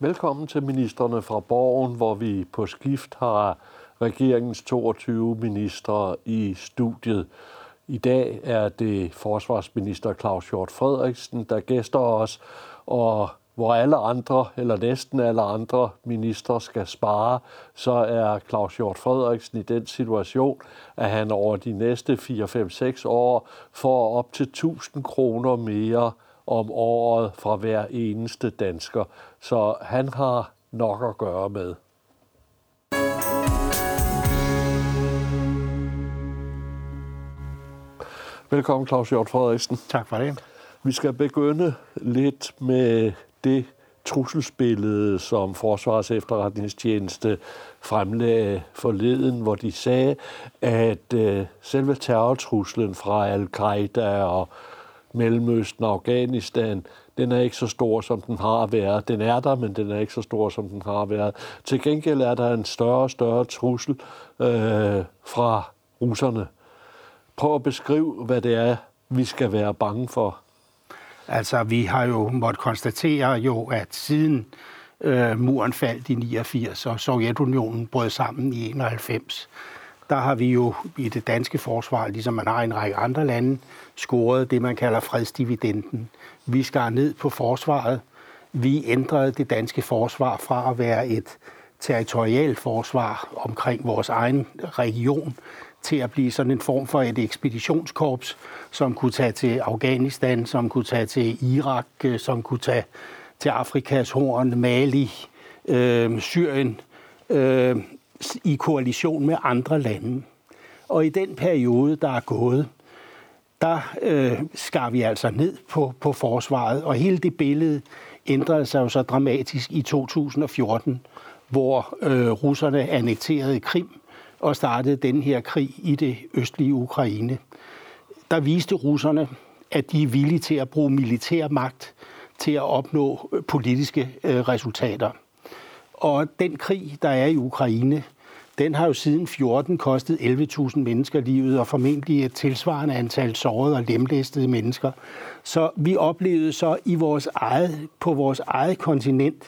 Velkommen til Ministerne fra Borgen, hvor vi på skift har regeringens 22 ministre i studiet. I dag er det forsvarsminister Claus Hjort Frederiksen, der gæster os, og hvor alle andre, eller næsten alle andre ministre skal spare, så er Claus Hjort Frederiksen i den situation, at han over de næste 4, 5, 6 år får op til 1.000 kroner mere om året fra hver eneste dansker. Så han har nok at gøre med. Velkommen, Claus Hjort Frederiksen. Tak for det. Vi skal begynde lidt med det trusselsbillede, som Forsvarets Efterretningstjeneste fremlagde forleden, hvor de sagde, at selve terrortruslen fra Al-Qaida og Mellemøsten og Afghanistan, den er ikke så stor, som den har været. Den er der, men den er ikke så stor, som den har været. Til gengæld er der en større og større trussel fra russerne. Prøv at beskrive, hvad det er, vi skal være bange for. Altså, vi har jo måttet konstatere, at siden muren faldt i 89 og Sovjetunionen brød sammen i 91, der har vi jo i det danske forsvar, ligesom man har i en række andre lande, scoret det, man kalder fredsdividenden. Vi skar ned på forsvaret. Vi ændrede det danske forsvar fra at være et territorialt forsvar omkring vores egen region til at blive sådan en form for et ekspeditionskorps, som kunne tage til Afghanistan, som kunne tage til Irak, som kunne tage til Afrikas Horn, Mali, Syrien, i koalition med andre lande. Og i den periode, der er gået, der skar vi altså ned på forsvaret, og hele det billede ændrede sig jo så dramatisk i 2014, hvor russerne annekterede Krim og startede den her krig i det østlige Ukraine. Der viste russerne, at de er villige til at bruge militær magt til at opnå politiske resultater. Og den krig, der er i Ukraine, den har jo siden 14 kostet 11.000 mennesker livet, og formentlig et tilsvarende antal sårede og lemlæstede mennesker. Så vi oplevede så på vores eget kontinent,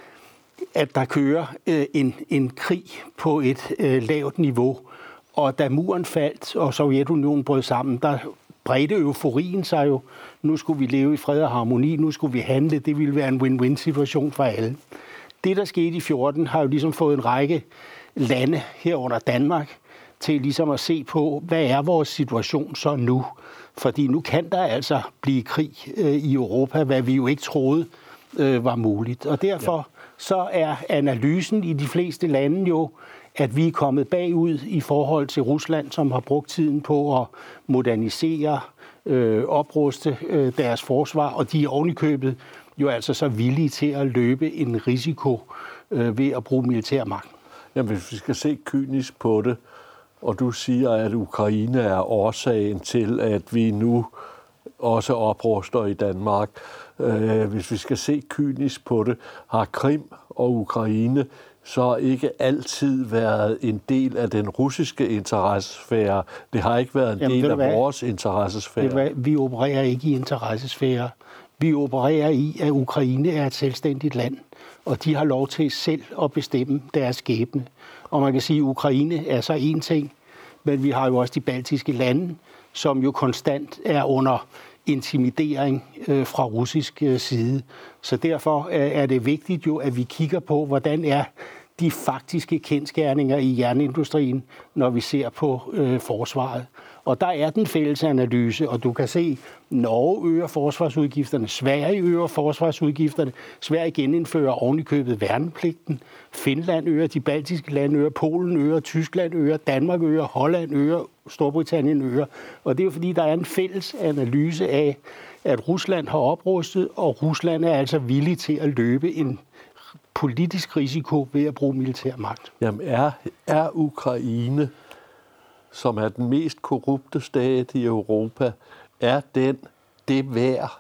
at der kører en krig på et lavt niveau. Og da muren faldt, og Sovjetunionen brød sammen, der bredte euforien sig jo. Nu skulle vi leve i fred og harmoni, nu skulle vi handle, det ville være en win-win-situation for alle. Det, der skete i 14, har jo ligesom fået en række lande herunder Danmark til ligesom at se på, hvad er vores situation så nu? Fordi nu kan der altså blive krig i Europa, hvad vi jo ikke troede var muligt. Og derfor så er analysen i de fleste lande jo, at vi er kommet bagud i forhold til Rusland, som har brugt tiden på at modernisere, opruste deres forsvar, og de er ovenikøbet jo altså så villige til at løbe en risiko ved at bruge militærmagt. Jamen, hvis vi skal se kynisk på det, og du siger, at Ukraine er årsagen til, at vi nu også opruster i Danmark. Hvis vi skal se kynisk på det, har Krim og Ukraine så ikke altid været en del af den russiske interessesfære. Det har ikke været en del af vores interessesfære. Vi opererer ikke i interessesfære. Vi opererer i, at Ukraine er et selvstændigt land, og de har lov til selv at bestemme deres skæbne. Og man kan sige, at Ukraine er så en ting, men vi har jo også de baltiske lande, som jo konstant er under intimidering fra russisk side. Så derfor er det vigtigt jo, at vi kigger på, hvordan er de faktiske kendsgerninger i jernindustrien, når vi ser på forsvaret. Og der er den fælles analyse, og du kan se, Norge øger forsvarsudgifterne, Sverige øger forsvarsudgifterne, Sverige genindfører ovenikøbet værnepligten, Finland øger, de baltiske lande øger, Polen øger, Tyskland øger, Danmark øger, Holland øger, Storbritannien øger. Og det er jo fordi, der er en fælles analyse af, at Rusland har oprustet, og Rusland er altså villig til at løbe en politisk risiko ved at bruge militær magt. Jamen er Ukraine, som er den mest korrupte stat i Europa, er den det værd?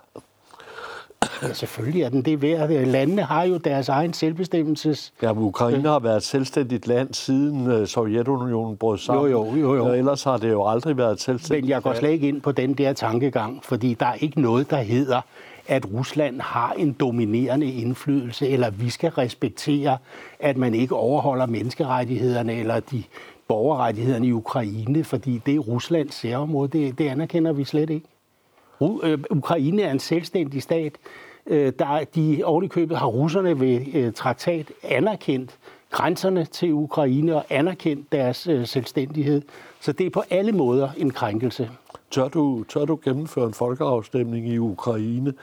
Ja, selvfølgelig er den det værd. Landene har jo deres egen selvbestemmelses... Ja, men Ukraine har været et selvstændigt land siden Sovjetunionen brød sammen. Jo. Og ellers har det jo aldrig været et selvstændigt land. Men jeg går slet ikke ind på den der tankegang, fordi der er ikke noget, der hedder, at Rusland har en dominerende indflydelse, eller vi skal respektere, at man ikke overholder menneskerettighederne eller de borgerrettighederne i Ukraine, fordi det er Ruslands særområde. Det anerkender vi slet ikke. Ukraine er en selvstændig stat. Oven i købet har russerne ved traktat anerkendt grænserne til Ukraine og anerkendt deres selvstændighed. Så det er på alle måder en krænkelse. Tør du gennemføre en folkeafstemning i Ukraine,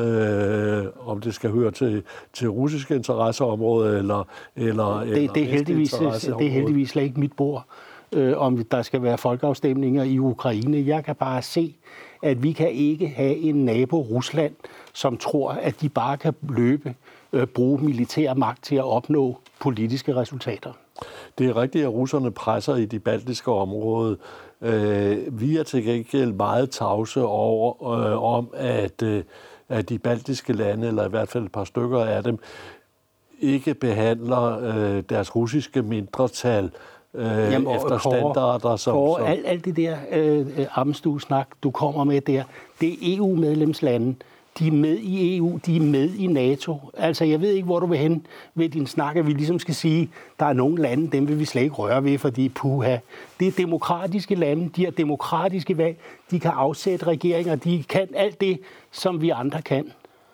om det skal høre til russiske interesseområder eller det er heldigvis slet ikke mit bord, om der skal være folkeafstemninger i Ukraine. Jeg kan bare se, at vi kan ikke have en nabo, Rusland, som tror, at de bare kan bruge militær magt til at opnå politiske resultater. Det er rigtigt, at russerne presser i de baltiske områder. Vi er til gengæld meget tavse om, at de baltiske lande, eller i hvert fald et par stykker af dem, ikke behandler deres russiske mindretal efter standarder. Som alt det der amstue-snak, du kommer med der, det er EU-medlemslande. De er med i EU, de er med i NATO. Altså, jeg ved ikke, hvor du vil hen ved din snak, at vi ligesom skal sige, der er nogle lande, dem vil vi slet ikke røre ved, fordi puha. Det er demokratiske lande, de har demokratiske valg, de kan afsætte regeringer, de kan alt det, som vi andre kan.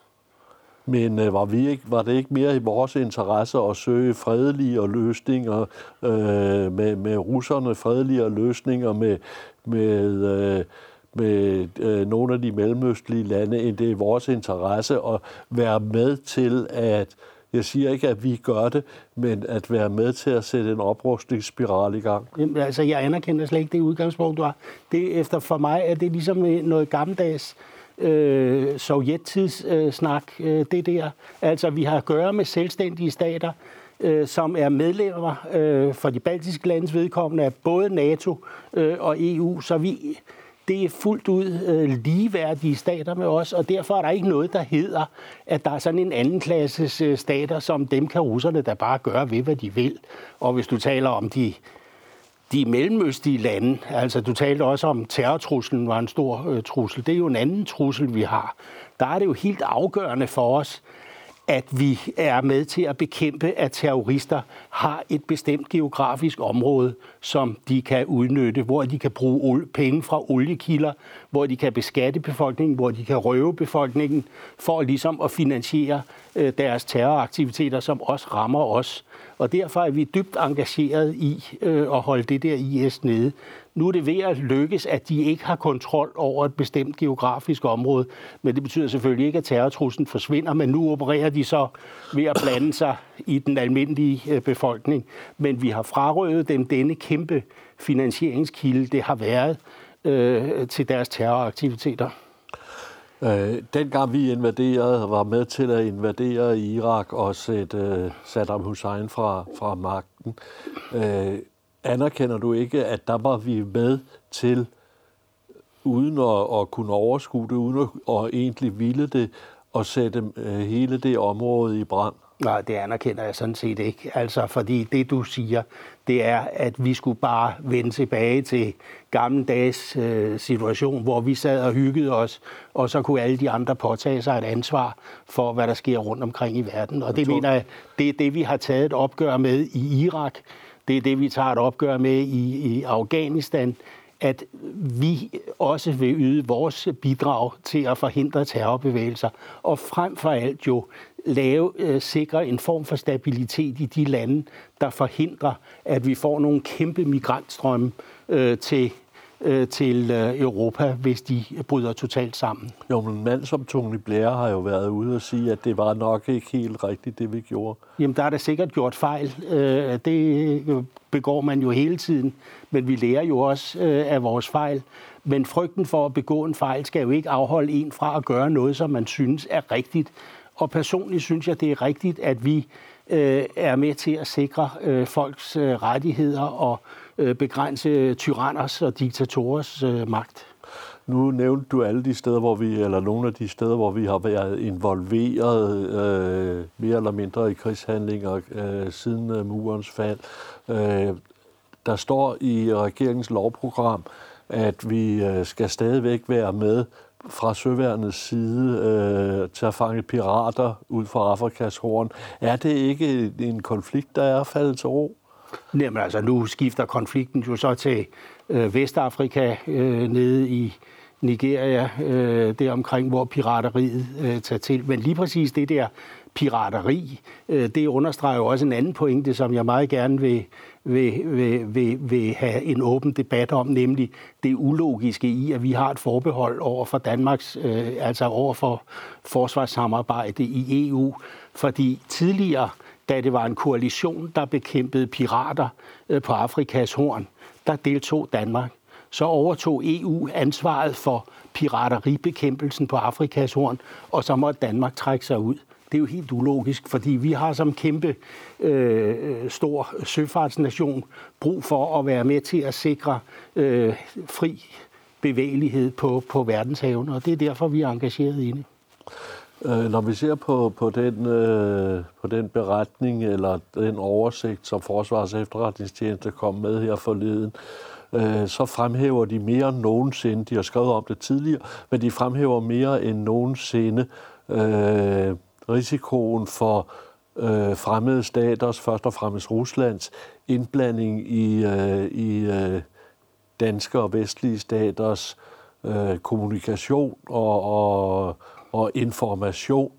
Men var det ikke mere i vores interesse at søge fredelige løsninger med russerne, fredelige løsninger med nogle af de mellemøstlige lande, end det er vores interesse at være med til jeg siger ikke, at vi gør det, men at være med til at sætte en oprustningsspiral i gang? Jamen, altså, jeg anerkender slet ikke det udgangspunkt, du har. For mig er det ligesom noget gammeldags sovjettidssnak, det der. Altså, vi har at gøre med selvstændige stater, som er medlemmer for de baltiske landes vedkommende af både NATO og EU, så det er fuldt ud ligeværdige stater med os, og derfor er der ikke noget, der hedder, at der er sådan en anden klasses stater, som dem kan russerne da bare gøre ved, hvad de vil. Og hvis du taler om de mellemøstlige lande, altså du talte også om terrortruslen var en stor trussel, det er jo en anden trussel, vi har. Der er det jo helt afgørende for os, at vi er med til at bekæmpe, at terrorister har et bestemt geografisk område, som de kan udnytte, hvor de kan bruge penge fra oliekilder, hvor de kan beskatte befolkningen, hvor de kan røve befolkningen, for ligesom at finansiere deres terroraktiviteter, som også rammer os. Og derfor er vi dybt engageret i at holde det der IS nede. Nu er det ved at lykkes, at de ikke har kontrol over et bestemt geografisk område, men det betyder selvfølgelig ikke, at terrortruslen forsvinder, men nu opererer de så ved at blande sig i den almindelige befolkning. Men vi har frarøvet dem denne kæmpe finansieringskilde, det har været til deres terroraktiviteter. Dengang vi var med til at invadere i Irak og sætte Saddam Hussein fra magten, anerkender du ikke, at der var vi med til, uden at kunne overskue det, uden at egentlig ville det, at sætte hele det område i brand? Nej, det anerkender jeg sådan set ikke. Altså, fordi det, du siger, det er, at vi skulle bare vende tilbage til gammeldags situation, hvor vi sad og hyggede os, og så kunne alle de andre påtage sig et ansvar for, hvad der sker rundt omkring i verden. Og det mener jeg, det er det, vi har taget et opgør med i Irak. Det er det, vi tager et opgør med i Afghanistan, at vi også vil yde vores bidrag til at forhindre terrorbevægelser, og frem for alt jo sikre en form for stabilitet i de lande, der forhindrer, at vi får nogle kæmpe migrantstrømme til Europa, hvis de bryder totalt sammen. Jo, men en mand som Tony Blair har jo været ude og sige, at det var nok ikke helt rigtigt, det vi gjorde. Jamen, der er da sikkert gjort fejl. Det begår man jo hele tiden, men vi lærer jo også af vores fejl. Men frygten for at begå en fejl skal jo ikke afholde en fra at gøre noget, som man synes er rigtigt. Og personligt synes jeg, det er rigtigt, at vi er med til at sikre folks rettigheder og begrænse tyranners og diktatorers magt. Nu nævnte du alle de steder, eller nogle af de steder, hvor vi har været involveret mere eller mindre i krigshandlinger siden murens fald. Der står i regeringens lovprogram, at vi skal stadigvæk være med fra søværnets side til at fange pirater ud fra Afrikas Horn. Er det ikke en konflikt, der er faldet til ro? Jamen altså, nu skifter konflikten jo så til Vestafrika, nede i Nigeria, deromkring, hvor pirateriet tager til. Men lige præcis det der pirateri, det understreger jo også en anden pointe, som jeg meget gerne vil have en åben debat om, nemlig det ulogiske i, at vi har et forbehold over for Danmarks, altså over for forsvarssamarbejde i EU, fordi tidligere, da det var en koalition, der bekæmpede pirater på Afrikas Horn, der deltog Danmark. Så overtog EU ansvaret for pirateribekæmpelsen på Afrikas Horn, og så måtte Danmark trække sig ud. Det er jo helt ulogisk, fordi vi har som kæmpe stor søfartsnation brug for at være med til at sikre fri bevægelighed på verdenshavene, og det er derfor, vi er engageret i det. Når vi ser på den beretning eller den oversigt, som Forsvarets Efterretningstjeneste kom med her forleden, så fremhæver de mere end nogensinde, de har skrevet om det tidligere, men de fremhæver mere end nogensinde risikoen for fremmede staters, først og fremmest Ruslands, indblanding i danske og vestlige staters kommunikation og information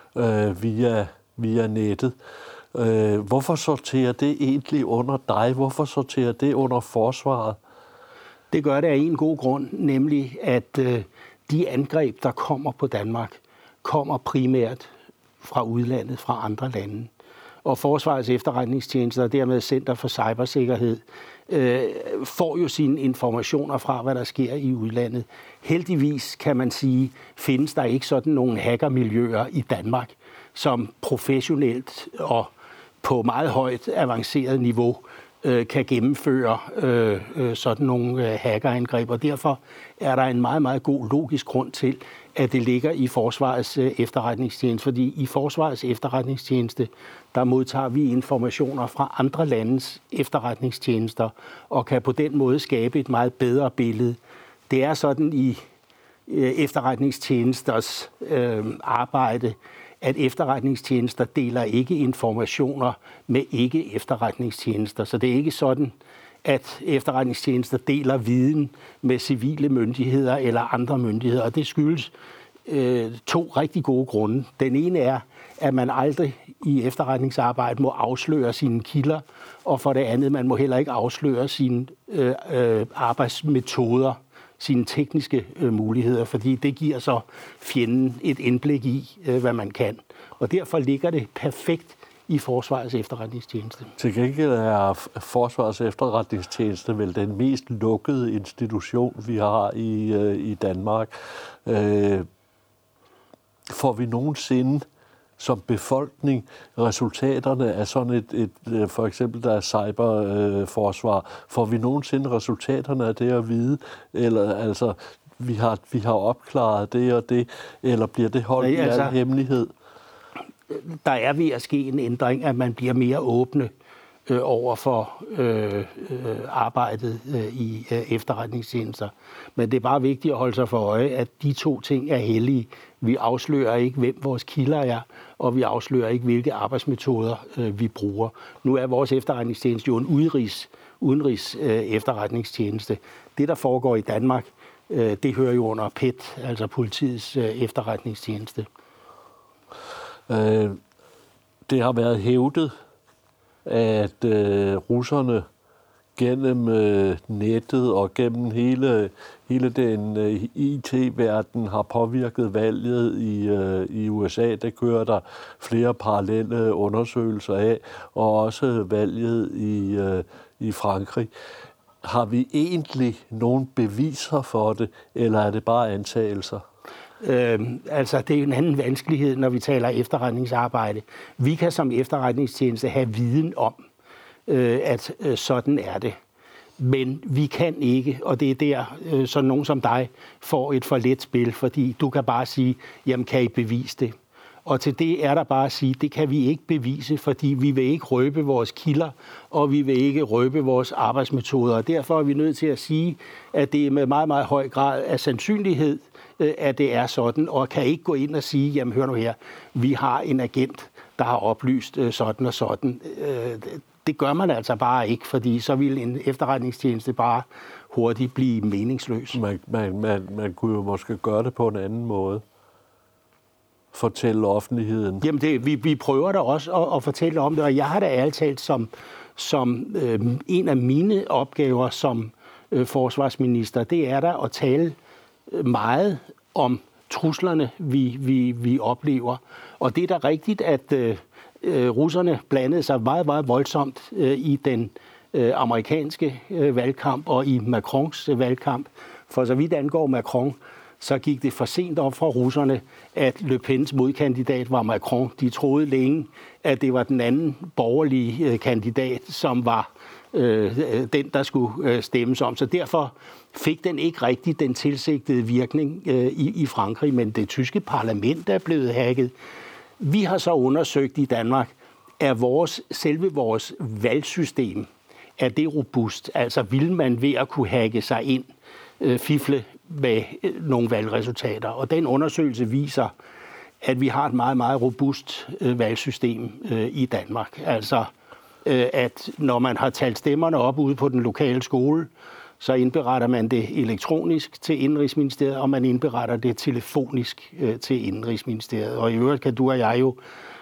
via nettet. Hvorfor sorterer det egentlig under dig? Hvorfor sorterer det under forsvaret? Det gør det af en god grund, nemlig at de angreb, der kommer på Danmark, kommer primært fra udlandet, fra andre lande. Og Forsvarets Efterretningstjeneste og dermed Center for Cybersikkerhed får jo sine informationer fra, hvad der sker i udlandet. Heldigvis, kan man sige, findes der ikke sådan nogle hackermiljøer i Danmark, som professionelt og på meget højt avanceret niveau kan gennemføre sådan nogle hackerangreb. Og derfor er der en meget, meget god logisk grund til, at det ligger i Forsvarets Efterretningstjeneste. Fordi i Forsvarets Efterretningstjeneste, der modtager vi informationer fra andre landes efterretningstjenester, og kan på den måde skabe et meget bedre billede. Det er sådan i efterretningstjenesters arbejde, at efterretningstjenester deler ikke informationer med ikke-efterretningstjenester. Så det er ikke sådan, at efterretningstjenester deler viden med civile myndigheder eller andre myndigheder. Og det skyldes to rigtig gode grunde. Den ene er, at man aldrig i efterretningsarbejde må afsløre sine kilder, og for det andet, man må heller ikke afsløre sine arbejdsmetoder, sine tekniske muligheder, fordi det giver så fjenden et indblik i, hvad man kan. Og derfor ligger det perfekt i Forsvarets Efterretningstjeneste. Til gengæld er Forsvarets Efterretningstjeneste vel den mest lukkede institution, vi har i Danmark. Får vi nogensinde som befolkning resultaterne af sådan et for eksempel der er cyberforsvar, får vi nogensinde resultaterne af det at vide, eller altså vi har opklaret det og det, eller bliver det holdt i al hemmelighed? Der er ved at ske en ændring, at man bliver mere åbne over for arbejdet i efterretningstjenester. Men det er bare vigtigt at holde sig for øje, at de to ting er hellige. Vi afslører ikke, hvem vores kilder er, og vi afslører ikke, hvilke arbejdsmetoder vi bruger. Nu er vores efterretningstjeneste jo en udenrigs efterretningstjeneste. Det, der foregår i Danmark, det hører jo under PET, altså politiets efterretningstjeneste. Det har været hævdet, at russerne gennem nettet og gennem hele den IT-verden har påvirket valget i USA. Det kører der flere parallelle undersøgelser af, og også valget i Frankrig. Har vi egentlig nogle beviser for det, eller er det bare antagelser? Altså, det er en anden vanskelighed, når vi taler efterretningsarbejde. Vi kan som efterretningstjeneste have viden om, at sådan er det. Men vi kan ikke, og det er der, så nogen som dig får et for let spil, fordi du kan bare sige, jamen kan I bevise det? Og til det er der bare at sige, det kan vi ikke bevise, fordi vi vil ikke røbe vores kilder, og vi vil ikke røbe vores arbejdsmetoder. Og derfor er vi nødt til at sige, at det er med meget, meget høj grad af sandsynlighed, at det er sådan, og kan ikke gå ind og sige, jamen hør nu her, vi har en agent, der har oplyst sådan og sådan. Det gør man altså bare ikke, fordi så vil en efterretningstjeneste bare hurtigt blive meningsløs. Man kunne jo måske gøre det på en anden måde. Fortælle offentligheden. Jamen, vi prøver da også at fortælle om det, og jeg har da ærligt talt som en af mine opgaver som forsvarsminister, det er der at tale meget om truslerne, vi oplever. Og det er da rigtigt, at russerne blandede sig meget, meget voldsomt i den amerikanske valgkamp og i Macrons valgkamp. For så vidt angår Macron, så gik det for sent op for russerne, at Le Pens modkandidat var Macron. De troede længe, at det var den anden borgerlige kandidat, som var den, der skulle stemmes om. Så derfor fik den ikke rigtig den tilsigtede virkning i Frankrig, men det tyske parlament er blevet hacket. Vi har så undersøgt i Danmark, er selve vores valgsystem, er det robust? Altså vil man ved at kunne hacke sig ind, fifle med nogle valgresultater? Og den undersøgelse viser, at vi har et meget, meget robust valgsystem i Danmark. Altså at når man har talt stemmerne op ude på den lokale skole, så indberetter man det elektronisk til Indenrigsministeriet, og man indberetter det telefonisk til Indenrigsministeriet. Og i øvrigt kan du og jeg jo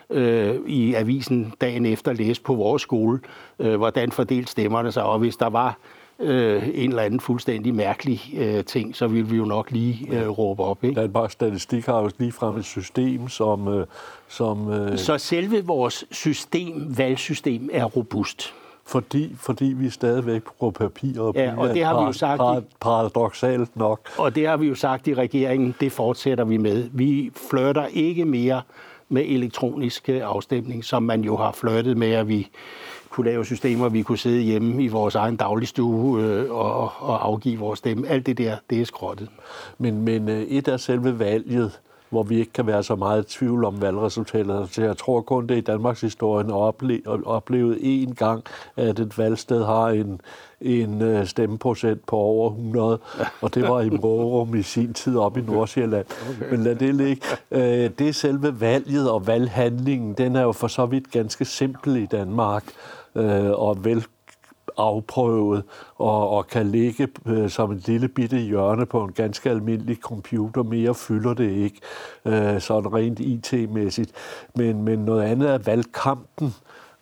i avisen dagen efter læse på vores skole, hvordan fordelt stemmerne sig, og hvis der var en eller anden fuldstændig mærkelig ting, så ville vi jo nok lige råbe op. Ikke? Danmarks Statistik har jo ligefrem et system, som Så selve vores valgsystem er robust. Fordi vi stadigvæk bruger papir og blyant, og det har vi jo sagt paradoksalt nok. Og det har vi jo sagt i regeringen, det fortsætter vi med. Vi flirter ikke mere med elektronisk afstemning, som man jo har flirtet med, at vi kunne lave systemer, vi kunne sidde hjemme i vores egen dagligstue og afgive vores stemme. Alt det der, det er skrottet. Men et af selve valget, hvor vi ikke kan være så meget i tvivl om valgresultatet. Så jeg tror kun, det i Danmarks historien oplevet én gang, at et valgsted har en stemmeprocent på over 100, og det var i Mårum i sin tid op i Nordsjælland. Okay. Men lad det ligge. Det er selve valget og valghandlingen, den er jo for så vidt ganske simpel i Danmark, og vel afprøvet og kan ligge som en lille bitte hjørne på en ganske almindelig computer. Mere fylder det ikke, sådan rent IT-mæssigt. Men noget andet er valgkampen,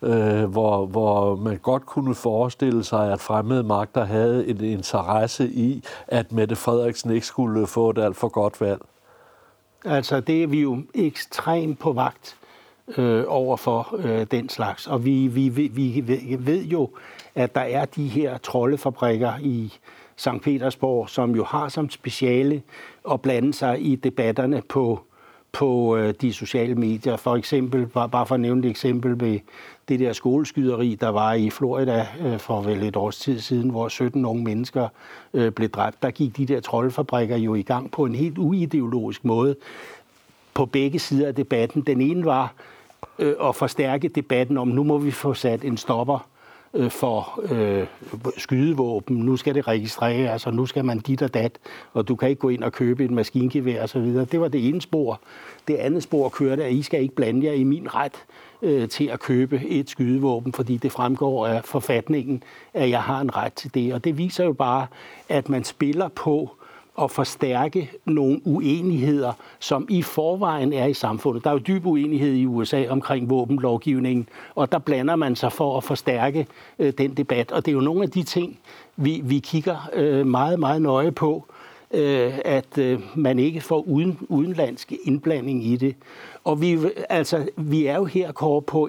hvor man godt kunne forestille sig, at fremmede magter havde en interesse i, at Mette Frederiksen ikke skulle få et alt for godt valg. Altså, det er vi jo ekstremt på vagt over for den slags. Og vi ved jo, at der er de her troldefabrikker i Sankt Petersborg, som jo har som speciale at blande sig i debatterne på de sociale medier. For eksempel, bare for at nævne et eksempel ved det der skoleskyderi, der var i Florida for vel et års tid siden, hvor 17 unge mennesker blev dræbt. Der gik de der troldefabrikker jo i gang på en helt uideologisk måde på begge sider af debatten. Den ene var at forstærke debatten om, nu må vi få sat en stopper for skydevåben. Nu skal det registrere, altså nu skal man dit og dat, og du kan ikke gå ind og købe et maskingevær og så videre. Det var det ene spor. Det andet spor kørte, at I skal ikke blande jer i min ret til at købe et skydevåben, fordi det fremgår af forfatningen, at jeg har en ret til det. Og det viser jo bare, at man spiller på at forstærke nogle uenigheder, som i forvejen er i samfundet. Der er jo dyb uenighed i USA omkring våbenlovgivningen, og der blander man sig for at forstærke den debat. Og det er jo nogle af de ting, vi kigger meget, meget nøje på, at man ikke får udenlandsk indblanding i det. Og vi er jo her, Kåre, på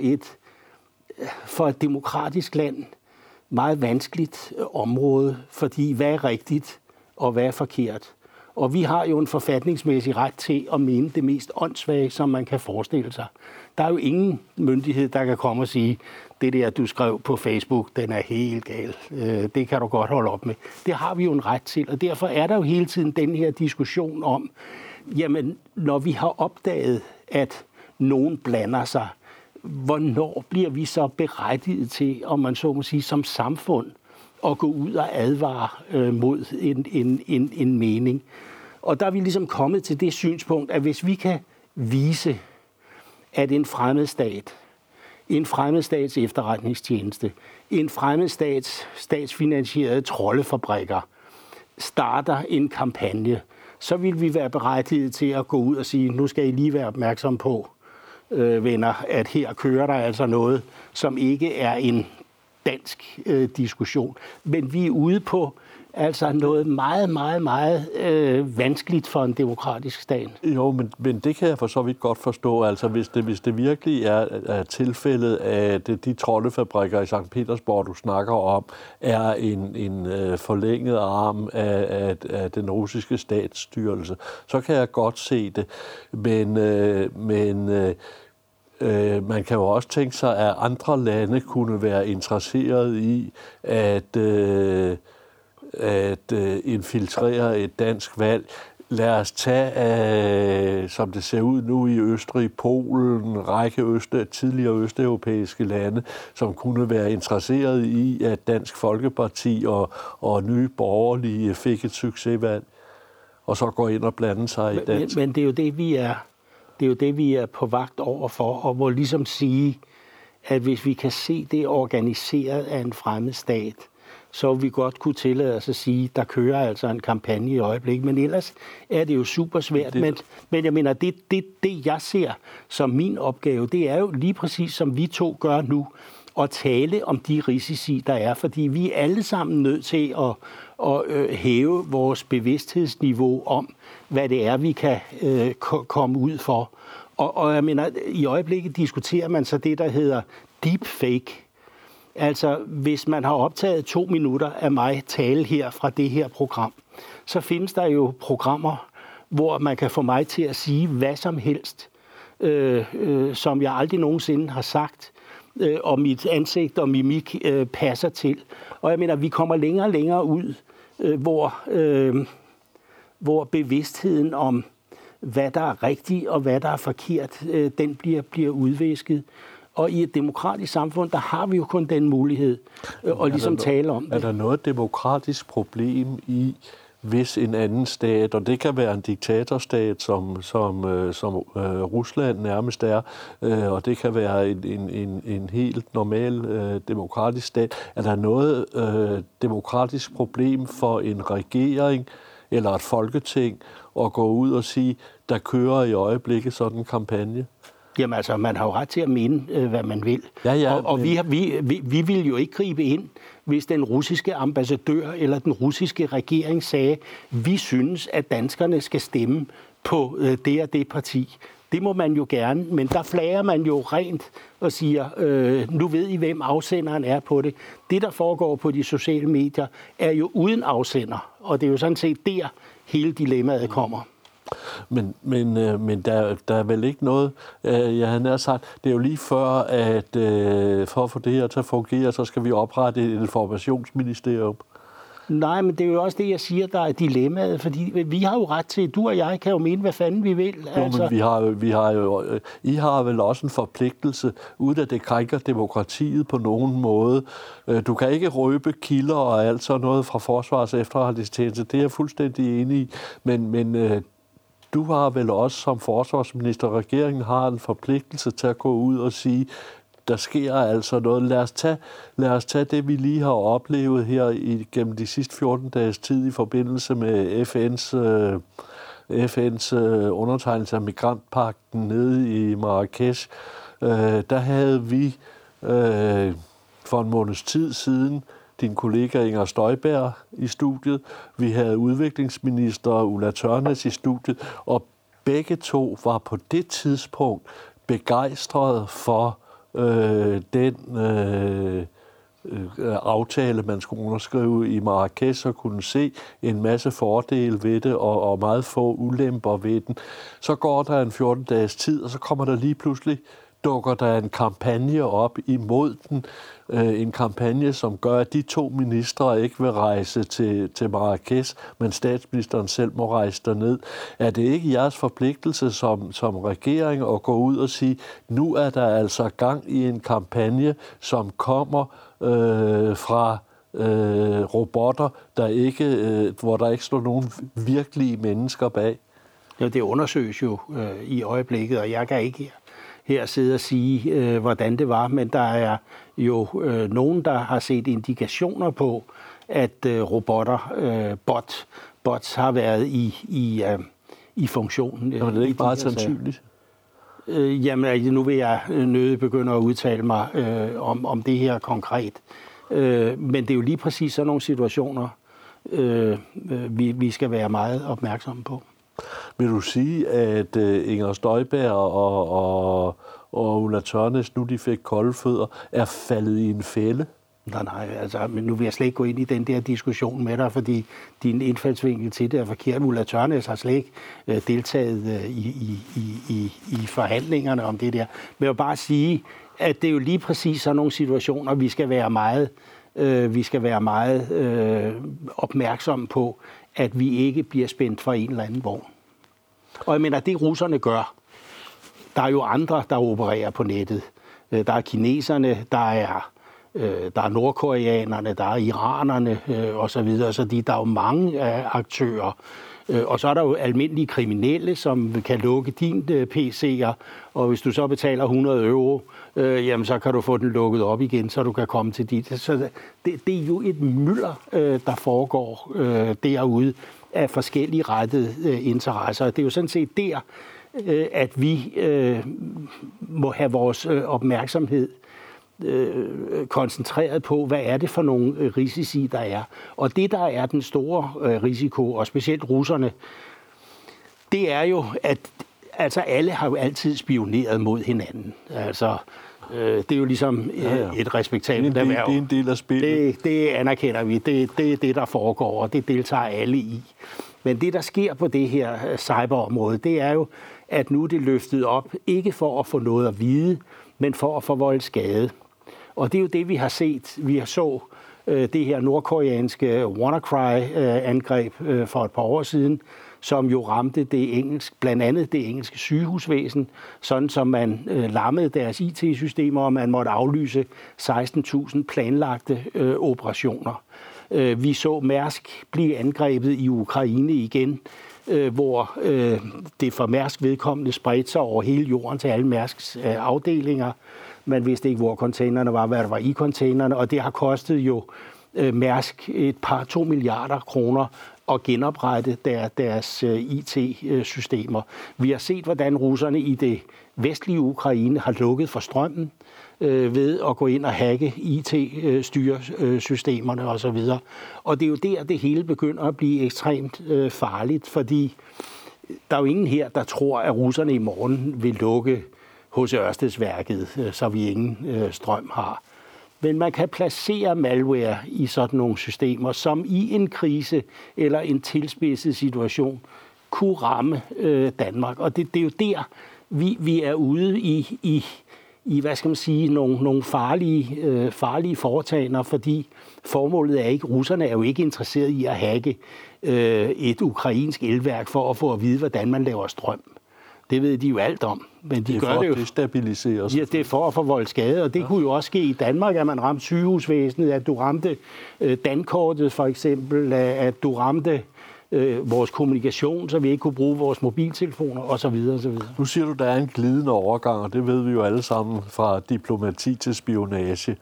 for et demokratisk land meget vanskeligt område, fordi hvad er rigtigt, og hvad er forkert. Og vi har jo en forfatningsmæssig ret til at mene det mest åndssvage, som man kan forestille sig. Der er jo ingen myndighed, der kan komme og sige, det der, du skrev på Facebook, den er helt gal. Det kan du godt holde op med. Det har vi jo en ret til, og derfor er der jo hele tiden den her diskussion om, jamen, når vi har opdaget, at nogen blander sig, hvornår bliver vi så berettiget til, om man så må sige, som samfund, at gå ud og advare mod en mening. Og der er vi ligesom kommet til det synspunkt, at hvis vi kan vise, at en fremmed stats efterretningstjeneste, en fremmed statsfinansierede troldefabrikker starter en kampagne, så vil vi være berettiget til at gå ud og sige, nu skal I lige være opmærksom på, venner, at her kører der altså noget, som ikke er en dansk diskussion. Men vi er ude på altså noget meget, meget, meget vanskeligt for en demokratisk stat. Jo, men det kan jeg for så vidt godt forstå. Altså, hvis det virkelig er tilfældet, at de troldefabrikker i Sankt Petersborg, du snakker om, er en forlænget arm af den russiske statsstyrelse, så kan jeg godt se det. Men man kan jo også tænke sig, at andre lande kunne være interesseret i at infiltrere et dansk valg. Lad os tage, som det ser ud nu i Østrig, Polen, en række tidligere østeuropæiske lande, som kunne være interesseret i, at Dansk Folkeparti og Nye Borgerlige fik et succesvalg, og så går ind og blande sig i dansk. Men det er jo det, vi er. Det er jo det, vi er på vagt over for, og må ligesom sige, at hvis vi kan se det organiseret af en fremmed stat, så vi godt kunne tillade os at sige, der kører altså en kampagne i øjeblikket. Men ellers er det jo super svært. Men jeg mener, det jeg ser som min opgave, det er jo lige præcis som vi to gør nu, at tale om de risici, der er. Fordi vi er alle sammen nødt til at hæve vores bevidsthedsniveau om, hvad det er, vi kan komme ud for. Og jeg mener, i øjeblikket diskuterer man så det, der hedder deepfake. Altså, hvis man har optaget 2 minutter af mig tale her fra det her program, så findes der jo programmer, hvor man kan få mig til at sige hvad som helst, som jeg aldrig nogensinde har sagt, og mit ansigt og mimik passer til. Og jeg mener, vi kommer længere og længere ud, hvor bevidstheden om, hvad der er rigtigt og hvad der er forkert, den bliver udvisket. Og i et demokratisk samfund, der har vi jo kun den mulighed at ligesom tale om det. Er der noget demokratisk problem i, hvis en anden stat, og det kan være en diktatorstat, som Rusland nærmest er, og det kan være en helt normal demokratisk stat, er der noget demokratisk problem for en regering eller et folketing at gå ud og sige, der kører i øjeblikket sådan en kampagne? Jamen altså, man har jo ret til at mene, hvad man vil. Ja, og vi vil jo ikke gribe ind, hvis den russiske ambassadør eller den russiske regering sagde, vi synes, at danskerne skal stemme på det og det parti. Det må man jo gerne, men der flager man jo rent og siger, nu ved I, hvem afsenderen er på det. Det, der foregår på de sociale medier, er jo uden afsender, og det er jo sådan set der, hele dilemmaet kommer. Men der er vel ikke noget, jeg havde nær sagt, det er jo lige før, at for at få det her til at fungere, så skal vi oprette et informationsministerium. Nej, men det er jo også det, jeg siger, der er dilemmaet, fordi vi har jo ret til, du og jeg kan jo mene, hvad fanden vi vil. Altså. Jo, men I har vel også en forpligtelse, uden at det krænker demokratiet på nogen måde. Du kan ikke røbe kilder og alt sådan noget fra Forsvars efterretningstjeneste, det er jeg fuldstændig enig i, men du har vel også som forsvarsminister, regeringen har en forpligtelse til at gå ud og sige, der sker altså noget. Lad os tage det, vi lige har oplevet her gennem de sidste 14 dages tid i forbindelse med FN's undertegnelse af migrantpagten nede i Marrakesh. Der havde vi for en måneds tid siden din kollega Inger Støjberg i studiet. Vi havde udviklingsminister Ulla Tørnæs i studiet, og begge to var på det tidspunkt begejstrede for den aftale, man skulle underskrive i Marrakesh, og kunne se en masse fordele ved det, og meget få ulemper ved den. Så går der en 14 dages tid, og så kommer der lige pludselig dukker der en kampagne op imod den. En kampagne, som gør, at de 2 ministre ikke vil rejse til Marrakesh, men statsministeren selv må rejse derned. Er det ikke jeres forpligtelse som regering at gå ud og sige, nu er der altså gang i en kampagne, som kommer fra robotter, hvor der ikke står nogen virkelige mennesker bag? Ja, det undersøges jo i øjeblikket, og jeg kan ikke her sidde og sige, hvordan det var, men der er jo nogen, der har set indikationer på, at robotter, bots har været i funktionen. Jamen, det er ikke meget sandsynligt. Jamen, nu vil jeg nødig begynde at udtale mig om det her konkret. Men det er jo lige præcis sådan nogle situationer, vi skal være meget opmærksomme på. Vil du sige, at Inger Støjberg og Ulla Tørnæs, nu de fik kolde fødder, er faldet i en fælde? Nej, altså, men nu vil jeg slet ikke gå ind i den der diskussion med dig, fordi din indfaldsvinkel til det er forkert. Ulla Tørnæs har slet ikke deltaget i forhandlingerne om det der. Men jeg vil bare sige, at det er jo lige præcis sådan nogle situationer, vi skal være meget opmærksomme på, at vi ikke bliver spændt for en eller anden vogn. Og jeg mener, det russerne gør. Der er jo andre, der opererer på nettet. Der er kineserne, der er nordkoreanerne, der er iranerne osv. Så der er jo mange aktører. Og så er der jo almindelige kriminelle, som kan lukke din PC'er, og hvis du så betaler 100 euro, jamen så kan du få den lukket op igen, så du kan komme til dit. Så det er jo et mylder, der foregår derude af forskellige rettede interesser. Det er jo sådan set der, at vi må have vores opmærksomhed koncentreret på, hvad er det for nogle risici, der er. Og det, der er den store risiko, og specielt russerne, det er jo, at altså, alle har jo altid spioneret mod hinanden. Altså, det er jo ligesom et respektabelt erhverv. Det er en del af spillet. Det anerkender vi. Det er det, der foregår, og det deltager alle i. Men det, der sker på det her cyberområde, det er jo, at nu er det løftet op, ikke for at få noget at vide, men for at forvolde skade. Og det er jo det, vi har set. Vi så det her nordkoreanske WannaCry-angreb for et par år siden, som jo ramte blandt andet det engelske sygehusvæsen, sådan som man lammede deres IT-systemer, og man måtte aflyse 16.000 planlagte operationer. Vi så Mærsk blive angrebet i Ukraine igen, hvor det for Mærsk vedkommende spredte sig over hele jorden til alle Mærsks afdelinger. Man vidste ikke, hvor containerne var, hvad der var i containerne, og det har kostet jo Mærsk et par 2 milliarder kroner at genoprette deres IT-systemer. Vi har set, hvordan russerne i det vestlige Ukraine har lukket for strømmen ved at gå ind og hacke IT-styresystemerne osv. Og det er jo der, det hele begynder at blive ekstremt farligt, fordi der er jo ingen her, der tror, at russerne i morgen vil lukke H.C. Ørstedsværket, så vi ingen strøm har. Men man kan placere malware i sådan nogle systemer, som i en krise eller en tilspidset situation kunne ramme Danmark. Og det er jo der, vi er ude i hvad skal man sige, nogle farlige foretagender, fordi formålet er ikke, russerne er jo ikke interesseret i at hacke et ukrainsk elværk for at få at vide, hvordan man laver strøm. Det ved de jo alt om. Men de gør det jo. Destabilisere os. Ja, det er for at forvolde skade, og det kunne jo også ske i Danmark, at man ramte sygehusvæsenet, at du ramte dankortet for eksempel, at du ramte vores kommunikation, så vi ikke kunne bruge vores mobiltelefoner osv. osv. Nu siger du, der er en glidende overgang, og det ved vi jo alle sammen fra diplomati til spionage.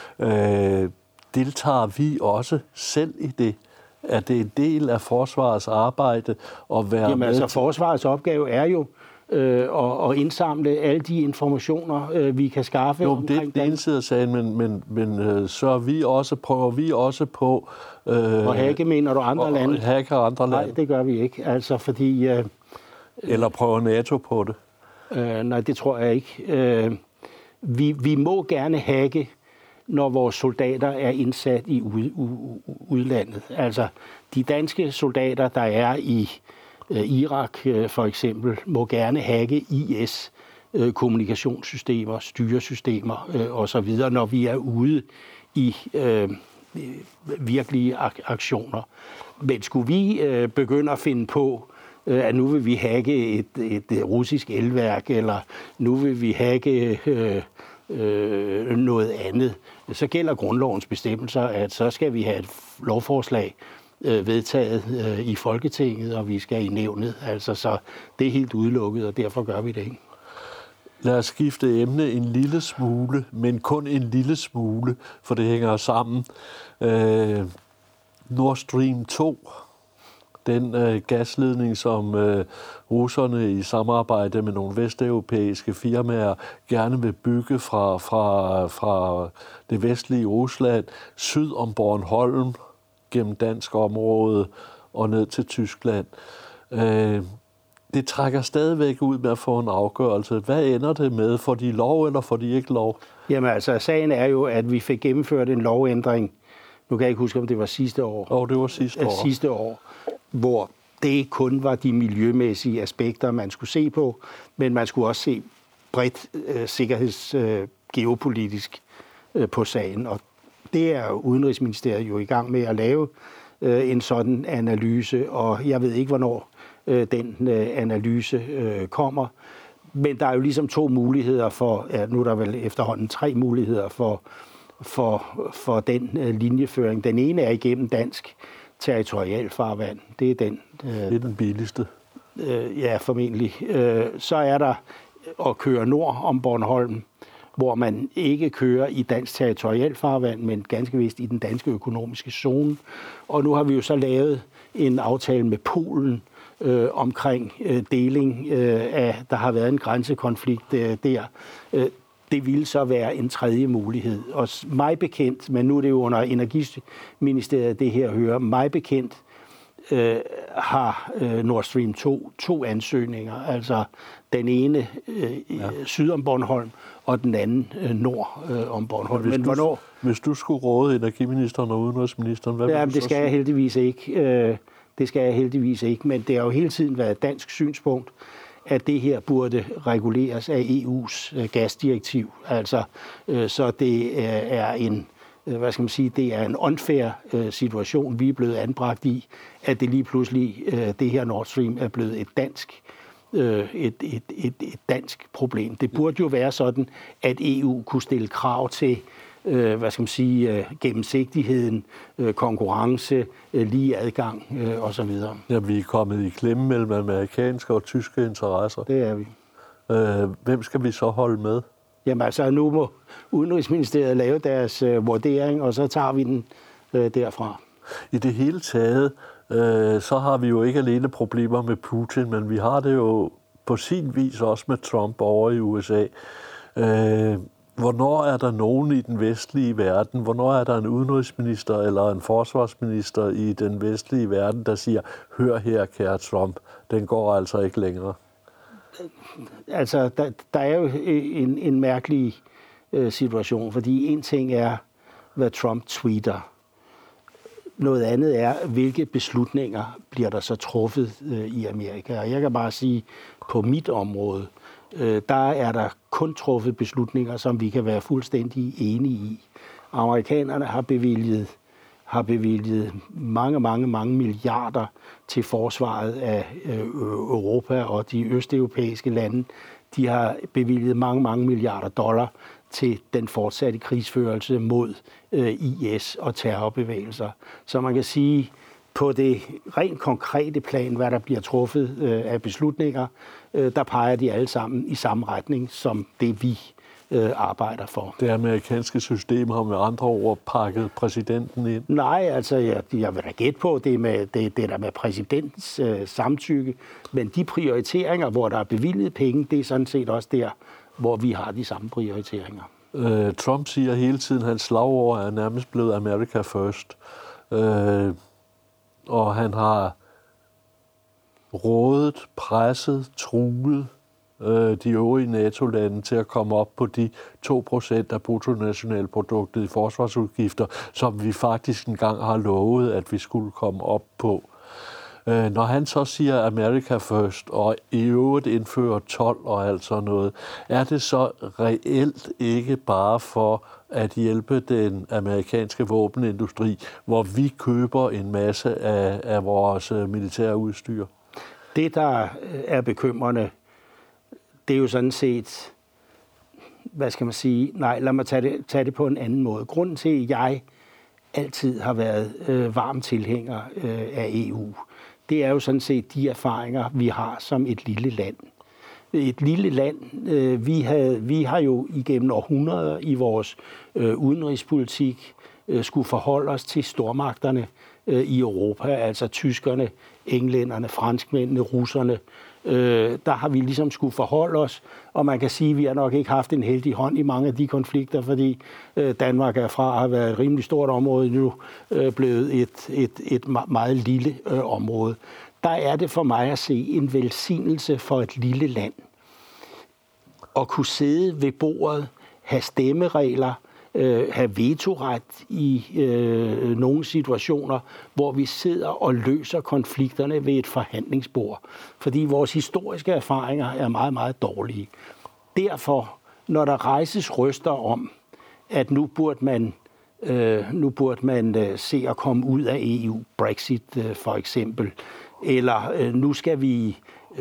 Deltager vi også selv i det? Er det en del af forsvarets arbejde at være Jamen, med? altså, forsvarets opgave er jo at indsamle alle de informationer, vi kan skaffe. Jo, det er den ene side af sagen, men så prøver vi også på... Og hacke, mener du, andre lande? Hacke andre lande? Nej, det gør vi ikke. Altså, fordi... Eller prøver NATO på det? Nej, det tror jeg ikke. Vi må gerne hacke, når vores soldater er indsat i udlandet. Altså, de danske soldater, der er i Irak for eksempel, må gerne hacke IS kommunikationssystemer, styresystemer osv., når vi er ude i virkelige aktioner. Men skulle vi begynde at finde på, at nu vil vi hacke et russisk elværk, eller nu vil vi hacke noget andet. Så gælder grundlovens bestemmelser, at så skal vi have et lovforslag vedtaget i Folketinget, og vi skal i nævnet. Altså, så det er helt udelukket, og derfor gør vi det ikke. Lad os skifte emne en lille smule, men kun en lille smule, for det hænger sammen. Nord Stream 2, den gasledning, som russerne i samarbejde med nogle vesteuropæiske firmaer gerne vil bygge fra det vestlige Rusland, syd om Bornholm, gennem dansk område og ned til Tyskland. Det trækker stadigvæk ud med at få en afgørelse. Hvad ender det med? Får de lov, eller får de ikke lov? Jamen altså, sagen er jo, at vi fik gennemført en lovændring. Nu kan jeg ikke huske, om det var sidste år. Det var sidste år. Hvor det ikke kun var de miljømæssige aspekter, man skulle se på, men man skulle også se bredt sikkerhedsgeopolitisk på sagen. Og det er Udenrigsministeriet jo i gang med at lave en sådan analyse, og jeg ved ikke, hvornår den analyse kommer. Men der er jo ligesom to muligheder for, nu er der vel efterhånden 3 muligheder for den linjeføring. Den ene er igennem dansk territorialfarvand. Det er den. Det er den billigste. Ja, formentlig. Så er der at køre nord om Bornholm, hvor man ikke kører i dansk territorialfarvand, men ganske vist i den danske økonomiske zone. Og nu har vi jo så lavet en aftale med Polen omkring deling af, der har været en grænsekonflikt der. Det ville så være en tredje mulighed. Og mig bekendt, men nu er det jo under Energiministeriet, det her hører, mig bekendt har Nord Stream 2 ansøgninger. Altså den ene syd om Bornholm, og den anden nord om Bornholm. Men hvornår? Hvis du skulle råde energiministeren og udenrigsministeren, hvad ville du så det skal jeg heldigvis ikke. Det skal jeg heldigvis ikke, men det har jo hele tiden været et dansk synspunkt, at det her burde reguleres af EU's gasdirektiv. Altså, så det er en, det er en unfair situation, vi er blevet anbragt i, at det lige pludselig, det her Nord Stream er blevet et dansk problem. Det burde jo være sådan, at EU kunne stille krav til gennemsigtigheden, konkurrence, lige adgang osv. Ja, vi er kommet i klemme mellem amerikanske og tyske interesser. Det er vi. Hvem skal vi så holde med? Jamen altså, nu må Udenrigsministeriet lave deres vurdering, og så tager vi den derfra. I det hele taget, så har vi jo ikke alene problemer med Putin, men vi har det jo på sin vis også med Trump over i USA. Hvornår er der nogen i den vestlige verden, hvornår er der en udenrigsminister eller en forsvarsminister i den vestlige verden, der siger, hør her, kære Trump, den går altså ikke længere? Altså, der er jo en mærkelig situation, fordi en ting er, hvad Trump tweeter. Noget andet er, hvilke beslutninger bliver der så truffet i Amerika. Og jeg kan bare sige, på mit område, der er der kun truffet beslutninger, som vi kan være fuldstændig enige i. Amerikanerne har bevilget mange milliarder til forsvaret af Europa og de østeuropæiske lande. De har bevilget mange milliarder dollar til den fortsatte krigsførelse mod IS og terrorbevægelser. Så man kan sige, på det rent konkrete plan, hvad der bliver truffet af beslutninger, der peger de alle sammen i samme retning som det, vi arbejder for. Det amerikanske system har med andre ord pakket præsidenten ind? Nej, altså jeg vil da gætte på det der med præsidentens samtykke, men de prioriteringer, hvor der er bevilget penge, det er sådan set også der, hvor vi har de samme prioriteringer. Trump siger hele tiden, at hans slagord er nærmest blevet America First. Og han har rådet, presset, truet de øvrige NATO-lande til at komme op på de 2% af bruttonationalproduktet i forsvarsudgifter, som vi faktisk engang har lovet, at vi skulle komme op på. Når han så siger America First, og i øvrigt indfører 12 og alt sådan noget, er det så reelt ikke bare for at hjælpe den amerikanske våbenindustri, hvor vi køber en masse af vores militære udstyr? Det, der er bekymrende, det er jo sådan set hvad skal man sige, nej, lad mig tage det på en anden måde. Grunden til, at jeg altid har været varm tilhænger af EU, det er jo sådan set de erfaringer, vi har som et lille land. Et lille land, vi har jo igennem århundreder i vores udenrigspolitik skulle forholde os til stormagterne i Europa, altså tyskerne, englænderne, franskmændene, russerne. Der har vi ligesom skulle forholde os, og man kan sige, at vi har nok ikke haft en heldig hånd i mange af de konflikter, fordi Danmark er fra at have været et rimelig stort område, nu blevet et meget lille område. Der er det for mig at se en velsignelse for et lille land at kunne sidde ved bordet, have stemmeregler, have vetoret i nogle situationer, hvor vi sidder og løser konflikterne ved et forhandlingsbord. Fordi vores historiske erfaringer er meget, meget dårlige. Derfor, når der rejses røster om, at nu burde man se at komme ud af EU, Brexit for eksempel, eller nu skal vi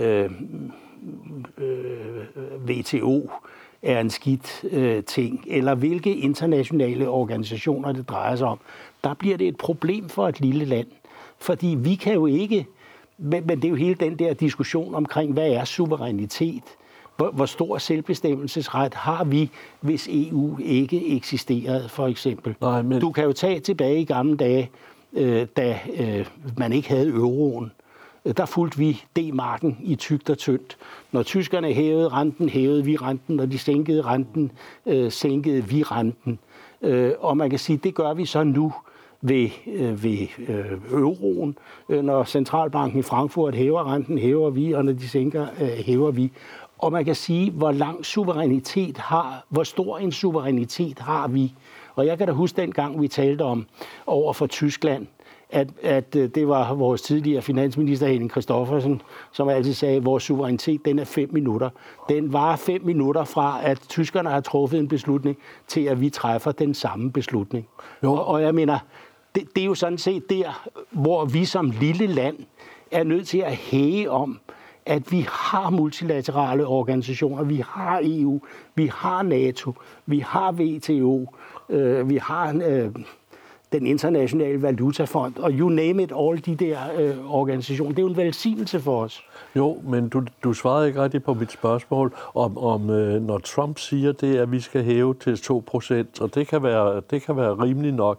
WTO er en skidt ting, eller hvilke internationale organisationer det drejer sig om, der bliver det et problem for et lille land. Fordi vi kan jo ikke, men det er jo hele den der diskussion omkring, hvad er suverænitet? Hvor stor selvbestemmelsesret har vi, hvis EU ikke eksisterede, for eksempel? Nej, men... Du kan jo tage tilbage i gamle dage, da man ikke havde euroen. Der fulgte vi D-marken i tykt og tyndt. Når tyskerne hævede renten, hævede vi renten. Når de sænkede renten, sænkede vi renten. Og man kan sige, det gør vi så nu ved euroen. Når centralbanken i Frankfurt hæver renten, hæver vi, og når de sænker, hæver vi. Og man kan sige, hvor stor en suverænitet har vi. Og jeg kan da huske dengang, vi talte om over for Tyskland, at det var vores tidligere finansminister Henning Christoffersen, som altid sagde, at vores suverænitet, den er 5 minutter. Den var 5 minutter fra, at tyskerne har truffet en beslutning, til at vi træffer den samme beslutning. Og jeg mener, det er jo sådan set der, hvor vi som lille land er nødt til at hæge om, at vi har multilaterale organisationer, vi har EU, vi har NATO, vi har WTO, vi har den internationale valutafond, og you name it, alle de der organisationer. Det er jo en velsignelse for os. Jo, men du svarede ikke rigtig på mit spørgsmål om når Trump siger det, at vi skal hæve til 2%, og det kan være rimeligt nok,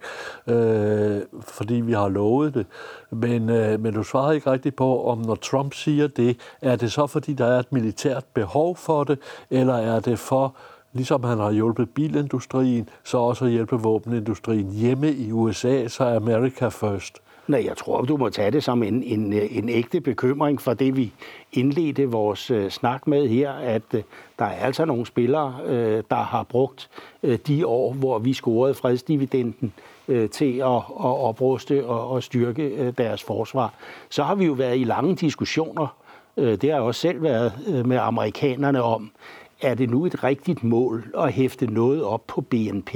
fordi vi har lovet det. Men du svarede ikke rigtig på, om når Trump siger det, er det så fordi, der er et militært behov for det, eller er det for, ligesom han har hjulpet bilindustrien, så også at hjælpe våbenindustrien hjemme i USA, så America first? Nej, jeg tror, du må tage det som en ægte bekymring for det, vi indledte vores snak med her, at der er altså nogle spillere, der har brugt de år, hvor vi scorede fredsdividenden til at opruste og styrke deres forsvar. Så har vi jo været i lange diskussioner, det har jeg også selv været med amerikanerne om, er det nu et rigtigt mål at hæfte noget op på BNP?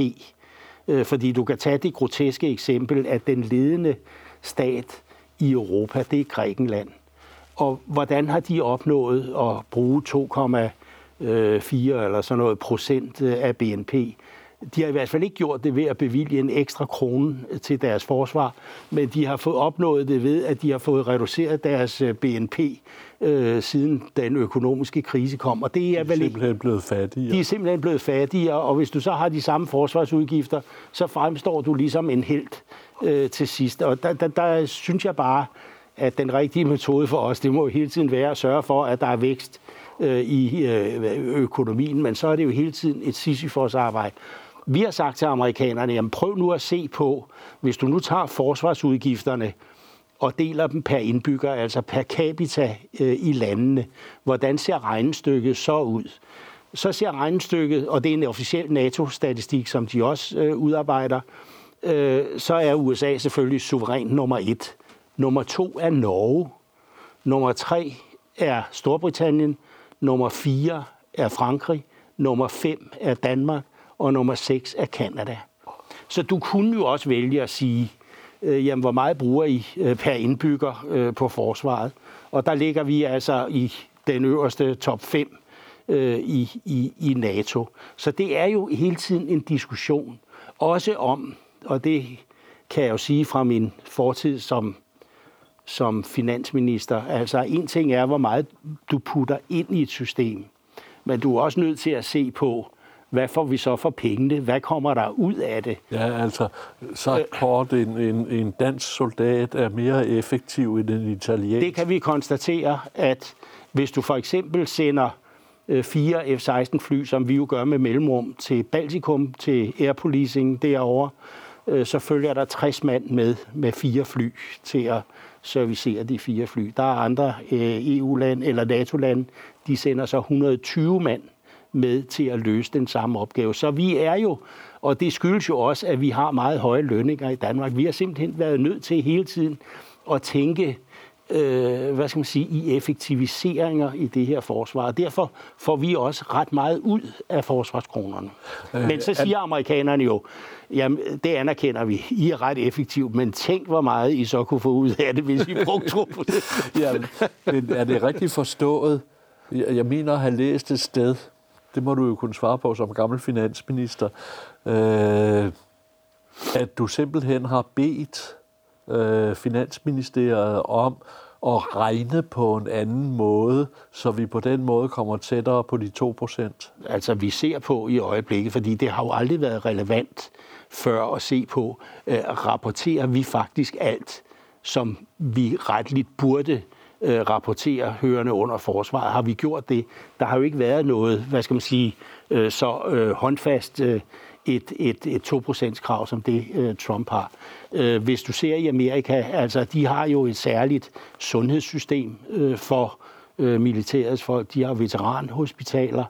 Fordi du kan tage det groteske eksempel, at den ledende stat i Europa, det er Grækenland. Og hvordan har de opnået at bruge 2,4 eller sådan noget procent af BNP? De har i hvert fald ikke gjort det ved at bevilge en ekstra krone til deres forsvar, men de har fået opnået det ved, at de har fået reduceret deres BNP siden den økonomiske krise kom. Og det er vel simpelthen blevet fattigere. De er simpelthen blevet fattigere, og hvis du så har de samme forsvarsudgifter, så fremstår du ligesom en helt til sidst. Og der synes jeg bare, at den rigtige metode for os, det må hele tiden være at sørge for, at der er vækst i økonomien, men så er det jo hele tiden et Sisyfos-arbejde. Vi har sagt til amerikanerne, jamen prøv nu at se på, hvis du nu tager forsvarsudgifterne og deler dem per indbygger, altså per capita i landene, hvordan ser regnestykket så ud? Så ser regnestykket, og det er en officiel NATO-statistik, som de også udarbejder, så er USA selvfølgelig suveræn nummer 1. Nummer 2 er Norge. Nummer 3 er Storbritannien. Nummer 4 er Frankrig. Nummer 5 er Danmark. Og nummer 6 er Canada. Så du kunne jo også vælge at sige, jamen, hvor meget bruger I per indbygger på forsvaret? Og der ligger vi altså i den øverste top 5 i NATO. Så det er jo hele tiden en diskussion, også om, og det kan jeg jo sige fra min fortid som finansminister, altså en ting er, hvor meget du putter ind i et system, men du er også nødt til at se på, hvad får vi så for pengene? Hvad kommer der ud af det? Ja, altså, så kort, en dansk soldat er mere effektiv end en italiensk. Det kan vi konstatere, at hvis du for eksempel sender 4 F-16 fly, som vi jo gør med mellemrum, til Baltikum, til air policing derovre, så følger der 60 mand med 4 fly til at servicere de 4 fly. Der er andre EU-land eller NATO-lande, de sender så 120 mand med til at løse den samme opgave. Så vi er jo, og det skyldes jo også, at vi har meget høje lønninger i Danmark. Vi har simpelthen været nødt til hele tiden at tænke, i effektiviseringer i det her forsvar. Og derfor får vi også ret meget ud af forsvarskronerne. Men så siger amerikanerne jo, jamen det anerkender vi, I er ret effektivt, men tænk, hvor meget I så kunne få ud af det, hvis I brugte tro på det. Ja, men er det rigtigt forstået? Jeg mener at have læst et sted, det må du jo kunne svare på som gammel finansminister, at du simpelthen har bedt Finansministeriet om at regne på en anden måde, så vi på den måde kommer tættere på de 2%. Altså vi ser på i øjeblikket, fordi det har jo aldrig været relevant før at se på, rapporterer vi faktisk alt, som vi retligt burde rapportere hørende under forsvaret. Har vi gjort det? Der har jo ikke været noget, så håndfast et 2%-krav, som det Trump har. Hvis du ser i Amerika, altså de har jo et særligt sundhedssystem for militærets folk. De har veteranhospitaler.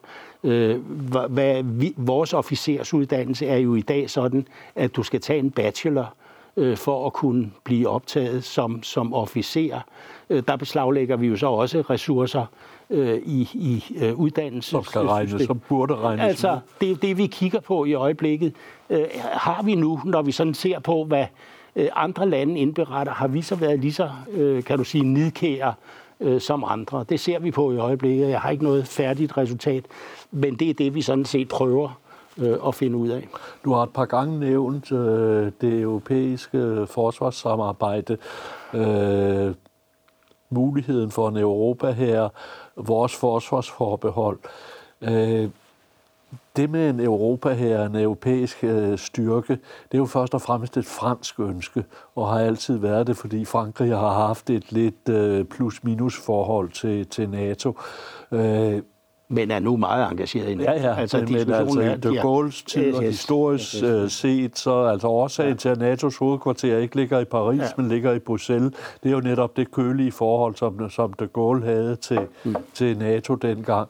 Vores officersuddannelse er jo i dag sådan, at du skal tage en bachelor for at kunne blive optaget som officer. Der beslaglægger vi jo så også ressourcer i uddannelsessystemet. Som burde regnes. Altså, det er jo det, vi kigger på i øjeblikket. Har vi nu, når vi sådan ser på, hvad andre lande indberetter, har vi så været lige så, kan du sige, nidkære som andre. Det ser vi på i øjeblikket. Jeg har ikke noget færdigt resultat, men det er det, vi sådan set prøver at finde ud af. Du har et par gange nævnt det europæiske forsvarssamarbejde, muligheden for en Europa her, vores forsvarsforbehold. Det med en Europa her, en europæisk styrke, det er jo først og fremmest et fransk ønske, og har altid været det, fordi Frankrig har haft et lidt plus-minus forhold til NATO. Men er nu meget engageret i det. Ja. Altså, de Gaulles tid og historisk set, så altså årsagen til, at NATO's hovedkvarter ikke ligger i Paris, men ligger i Bruxelles, det er jo netop det kølige forhold, som de Gaulle havde til NATO dengang.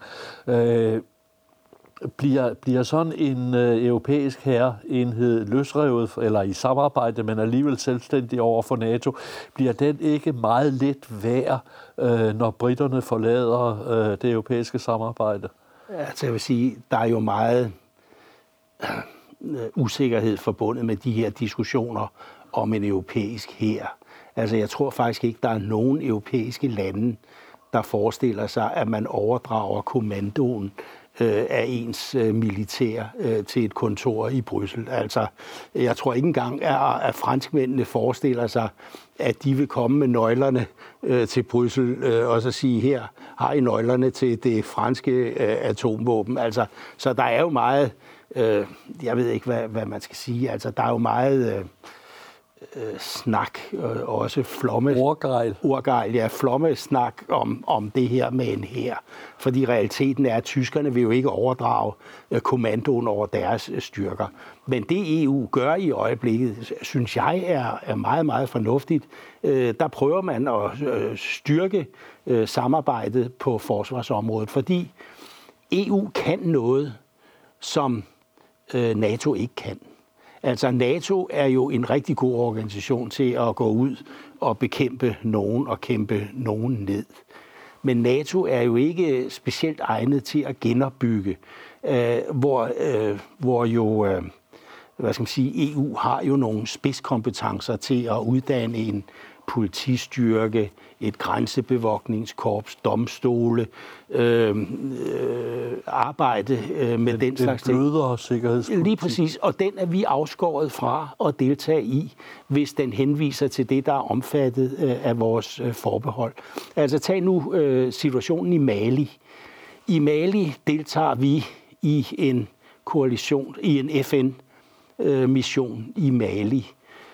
Bliver sådan en europæisk hærenhed løsrevet, eller i samarbejde, men alligevel selvstændig over for NATO, bliver den ikke meget lidt værd, når britterne forlader det europæiske samarbejde? Altså jeg vil sige, der er jo meget usikkerhed forbundet med de her diskussioner om en europæisk hær. Altså jeg tror faktisk ikke, der er nogen europæiske lande, der forestiller sig, at man overdrager kommandoen af ens militær til et kontor i Bryssel. Altså, jeg tror ikke engang, at franskmændene forestiller sig, at de vil komme med nøglerne til Bryssel og så sige, her har I nøglerne til det franske atomvåben. Altså, så der er jo meget, jeg ved ikke, hvad man skal sige, altså der er jo meget snak, også flommesnak om det her med en hær. Fordi realiteten er, at tyskerne vil jo ikke overdrage kommandoen over deres styrker. Men det EU gør i øjeblikket, synes jeg, er meget, meget fornuftigt. Der prøver man at styrke samarbejdet på forsvarsområdet, fordi EU kan noget, som NATO ikke kan. Altså NATO er jo en rigtig god organisation til at gå ud og bekæmpe nogen og kæmpe nogen ned. Men NATO er jo ikke specielt egnet til at genopbygge, hvor jo, EU har jo nogle spidskompetencer til at uddanne en politistyrke, et grænsebevogtningskorps, domstole, arbejde med den slags ting. Den blødere sikkerhedspolitik. Lige præcis, og den er vi afskåret fra at deltage i, hvis den henviser til det, der er omfattet af vores forbehold. Altså tag nu situationen i Mali. I Mali deltager vi i en koalition, i en FN-mission i Mali.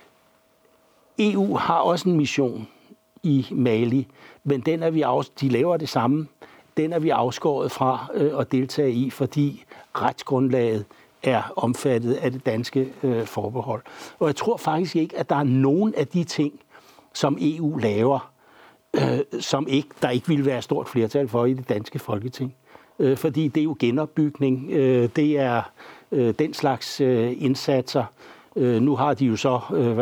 EU har også en mission i Mali, men den er de laver det samme. Den er vi afskåret fra at deltage i, fordi retsgrundlaget er omfattet af det danske forbehold. Og jeg tror faktisk ikke, at der er nogen af de ting, som EU laver, der ikke ville være stort flertal for i det danske Folketing. Fordi det er jo genopbygning, det er den slags indsatser. Nu har de jo så,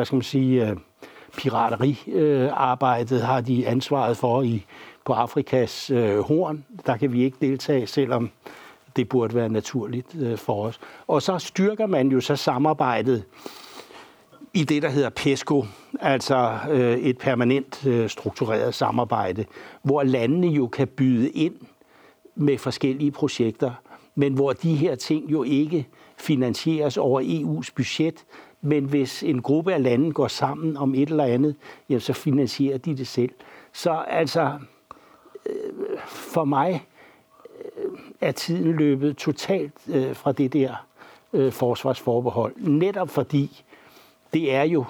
pirateriarbejdet har de ansvaret for på Afrikas Horn. Der kan vi ikke deltage, selvom det burde være naturligt for os. Og så styrker man jo så samarbejdet i det, der hedder PESCO, altså et permanent struktureret samarbejde, hvor landene jo kan byde ind med forskellige projekter, men hvor de her ting jo ikke finansieres over EU's budget, men hvis en gruppe af lande går sammen om et eller andet, ja, så finansierer de det selv. Så altså, for mig er tiden løbet totalt fra det der forsvarsforbehold. Netop fordi det er jo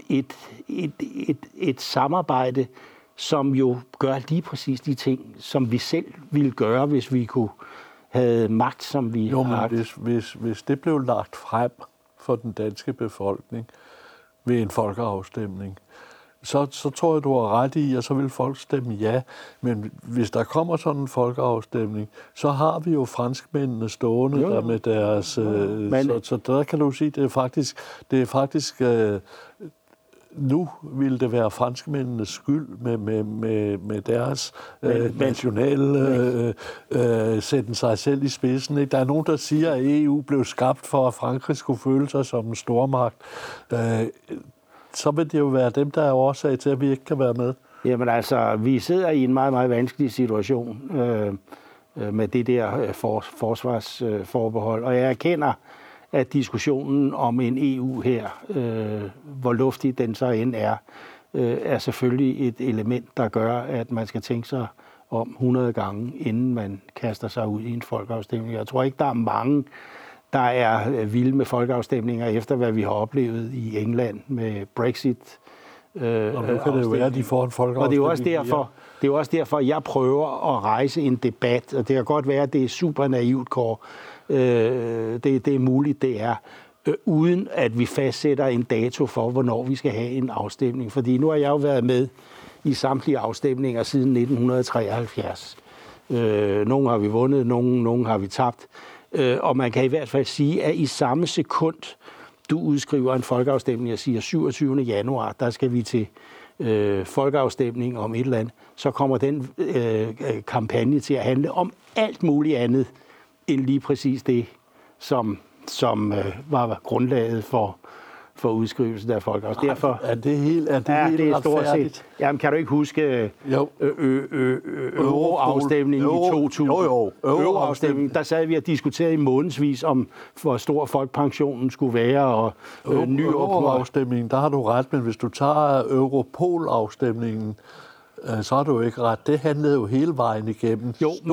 et samarbejde, som jo gør lige præcis de ting, som vi selv ville gøre, hvis vi kunne have magt, som vi har. Hvis det blev lagt frem for den danske befolkning ved en folkeafstemning, så tror jeg, du har ret i, og så vil folk stemme ja. Men hvis der kommer sådan en folkeafstemning, så har vi jo franskmændene stående der med deres... Så der kan du sige, det er faktisk nu ville det være franskmændenes skyld med deres nationale sætte sig selv i spidsen. Ikke? Der er nogen, der siger, at EU blev skabt for, at Frankrig skulle føle sig som en stormagt. Så vil det jo være dem, der er årsag til, at vi ikke kan være med. Jamen altså, vi sidder i en meget, meget vanskelig situation med det der forsvarsforbehold, og jeg erkender, at diskussionen om en EU her, hvor luftig den så end er selvfølgelig et element, der gør, at man skal tænke sig om 100 gange, inden man kaster sig ud i en folkeafstemning. Jeg tror ikke, der er mange, der er vilde med folkeafstemninger, efter hvad vi har oplevet i England med Brexit. Og nu kan det jo være, at de får en folkeafstemning. Og det er jo også derfor, jeg prøver at rejse en debat, og det kan godt være, at det er super naivt, Kåre. Det er muligt, det er, uden at vi fastsætter en dato for, hvornår vi skal have en afstemning. Fordi nu har jeg jo været med i samtlige afstemninger siden 1973. Nogle har vi vundet, nogle har vi tabt. Og man kan i hvert fald sige, at i samme sekund, du udskriver en folkeafstemning og siger 27. januar, der skal vi til folkeafstemning om et eller andet, så kommer den kampagne til at handle om alt muligt andet end lige præcis det, som var grundlaget for udskrivelsen af folkeafstemning. Derfor er det helt retfærdigt? Jamen, kan du ikke huske euroafstemningen i 2000? Euroafstemningen, der sad vi og diskuterede i månedsvis om, hvor stor folkepensionen skulle være, og euroafstemningen, der har du ret, men hvis du tager Europol-afstemningen, så har du ikke ret. Det handlede jo hele vejen igennem.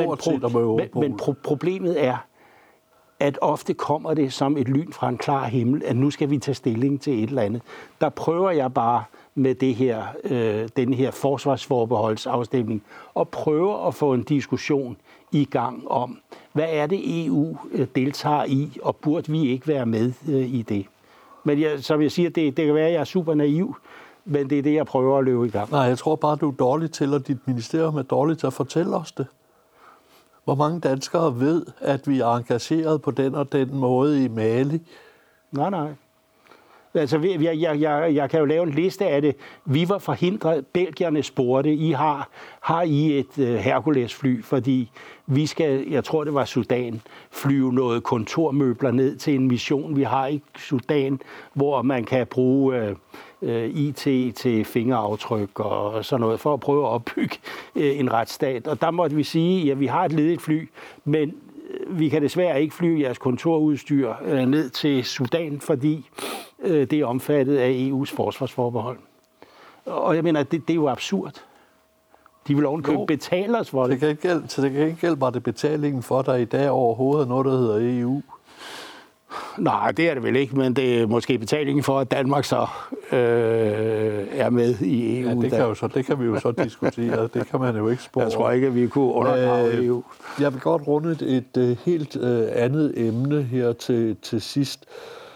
Men problemet er, at ofte kommer det som et lyn fra en klar himmel, at nu skal vi tage stilling til et eller andet. Der prøver jeg bare med den her forsvarsforbeholdsafstemning og prøver at få en diskussion i gang om, hvad er det EU deltager i, og burde vi ikke være med i det? Men som jeg siger, det kan være, at jeg er super naiv, men det er det, jeg prøver at løbe i gang. Nej, jeg tror bare, du er dårlig til, og dit ministerium er dårligt til at fortælle os det. Hvor mange danskere ved, at vi er engageret på den og den måde i Mali? Nej. Altså, jeg kan jo lave en liste af det. Vi var forhindret. Belgierne spurgte, har I et Hercules-fly? Fordi vi skal, jeg tror det var Sudan, flyve noget kontormøbler ned til en mission, vi har i Sudan, hvor man kan bruge IT til fingeraftryk og sådan noget, for at prøve at opbygge en retsstat. Og der måtte vi sige, at vi har et ledigt fly, men vi kan desværre ikke flyve jeres kontorudstyr ned til Sudan, fordi det er omfattet af EU's forsvarsforbehold. Og jeg mener, det er jo absurd. De vil ovenkøbe betale os for det. Det kan ikke gælde bare det betalingen for, der i dag overhovedet er noget, der hedder EU. Nej, det er det vel ikke, men det er måske betalingen for, at Danmark så er med i EU. Ja, det kan vi jo så diskutere. Det kan man jo ikke spore. Jeg tror ikke, at vi kunne undergrave EU. Jeg vil godt runde et helt andet emne her til sidst.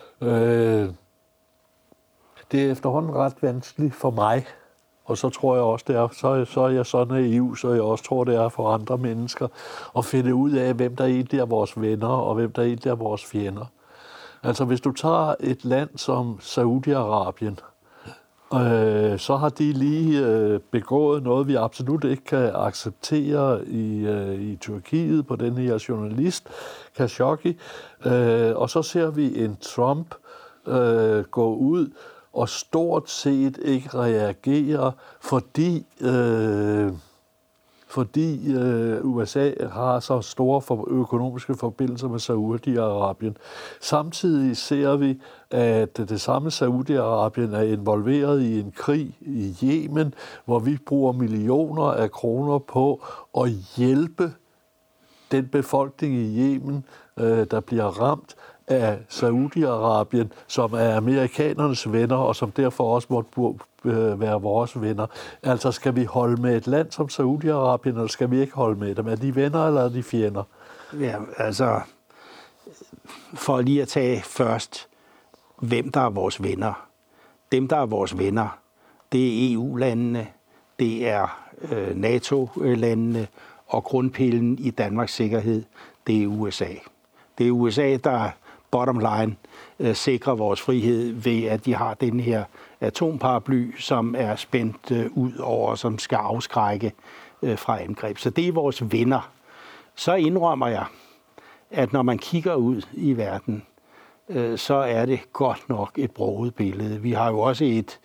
Det er efterhånden ret vanskeligt for mig, og så tror jeg også, det er, så er jeg så naiv, så jeg også tror, det er for andre mennesker, at finde ud af, hvem der egentlig er vores venner, og hvem der egentlig er vores fjender. Altså, hvis du tager et land som Saudi-Arabien, så har de lige begået noget, vi absolut ikke kan acceptere i Tyrkiet på den her journalist, Khashoggi. Og så ser vi en Trump gå ud og stort set ikke reagerer, fordi USA har så store økonomiske forbindelser med Saudi-Arabien. Samtidig ser vi, at det samme Saudi-Arabien er involveret i en krig i Yemen, hvor vi bruger millioner af kroner på at hjælpe den befolkning i Yemen, der bliver ramt af Saudi-Arabien, som er amerikanernes venner, og som derfor også måtte være vores venner. Altså, skal vi holde med et land som Saudi-Arabien, eller skal vi ikke holde med dem? Er de venner, eller er de fjender? Ja, altså, for lige at tage først, hvem der er vores venner. Dem, der er vores venner, det er EU-landene, det er NATO-landene, og grundpillen i Danmarks sikkerhed, det er USA. Det er USA, der bottom line sikrer vores frihed ved, at de har den her atomparaply, som er spændt ud over, som skal afskrække fra angreb. Så det er vores venner. Så indrømmer jeg, at når man kigger ud i verden, så er det godt nok et broget billede. Vi har jo også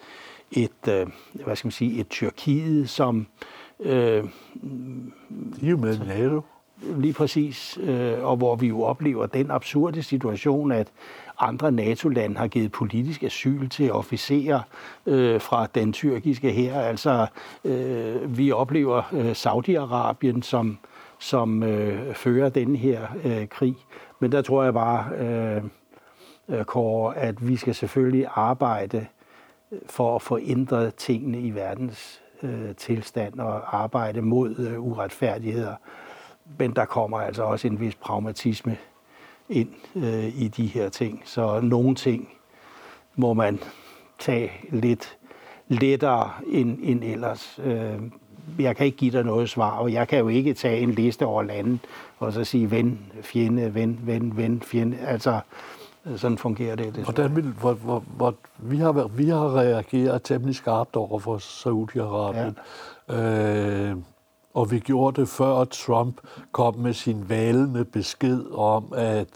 et Tyrkiet, som de er jo med i NATO. Lige præcis, og hvor vi jo oplever den absurde situation, at andre NATO-lande har givet politisk asyl til officerer fra den tyrkiske hær. Altså, vi oplever Saudi-Arabien, som fører den her krig. Men der tror jeg bare, Kåre, at vi skal selvfølgelig arbejde for at få ændret tingene i verdens tilstand og arbejde mod uretfærdigheder. Men der kommer altså også en vis pragmatisme ind i de her ting. Så nogle ting må man tage lidt lettere end ellers. Jeg kan ikke give dig noget svar, og jeg kan jo ikke tage en liste over lande og så sige ven, fjende, ven, fjende. Altså, sådan fungerer det. Vi har reageret temmelig skarpt over for Saudi-Arabien. Ja. Og vi gjorde det før Trump kom med sin valende besked om,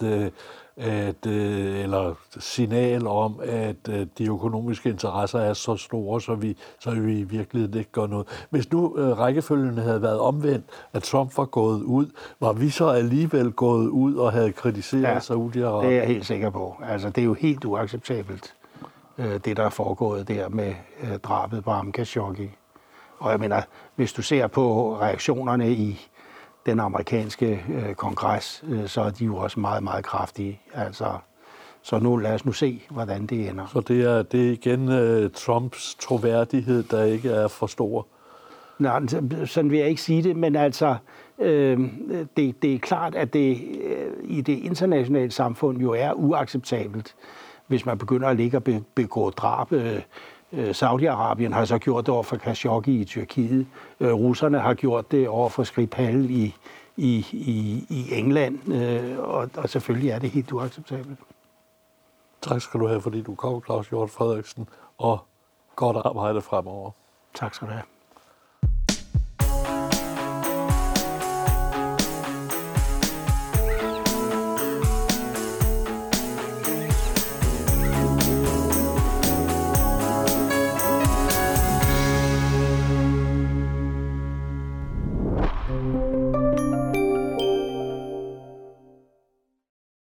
eller signal om, at de økonomiske interesser er så store, så vi i virkeligheden ikke gør noget. Hvis nu rækkefølgen havde været omvendt, at Trump var gået ud, var vi så alligevel gået ud og havde kritiseret Saudi-Arabien? Det er jeg helt sikker på. Altså, det er jo helt uacceptabelt, det der er foregået der med drabet på Khashoggi. Og jeg mener, hvis du ser på reaktionerne i den amerikanske kongres, så er de jo også meget, meget kraftige. Altså, så nu lad os nu se, hvordan det ender. Så det er igen Trumps troværdighed, der ikke er for stor? Nej, sådan vil jeg ikke sige det, men altså, det er klart, at det i det internationale samfund jo er uacceptabelt, hvis man begynder at ligge og begå drab. Saudi-Arabien har så gjort det over for Khashoggi i Tyrkiet. Russerne har gjort det over for Skripal i England. Og selvfølgelig er det helt uacceptabelt. Tak skal du have, fordi du kom, Claus Hjort Frederiksen, og godt arbejde fremover. Tak skal du have.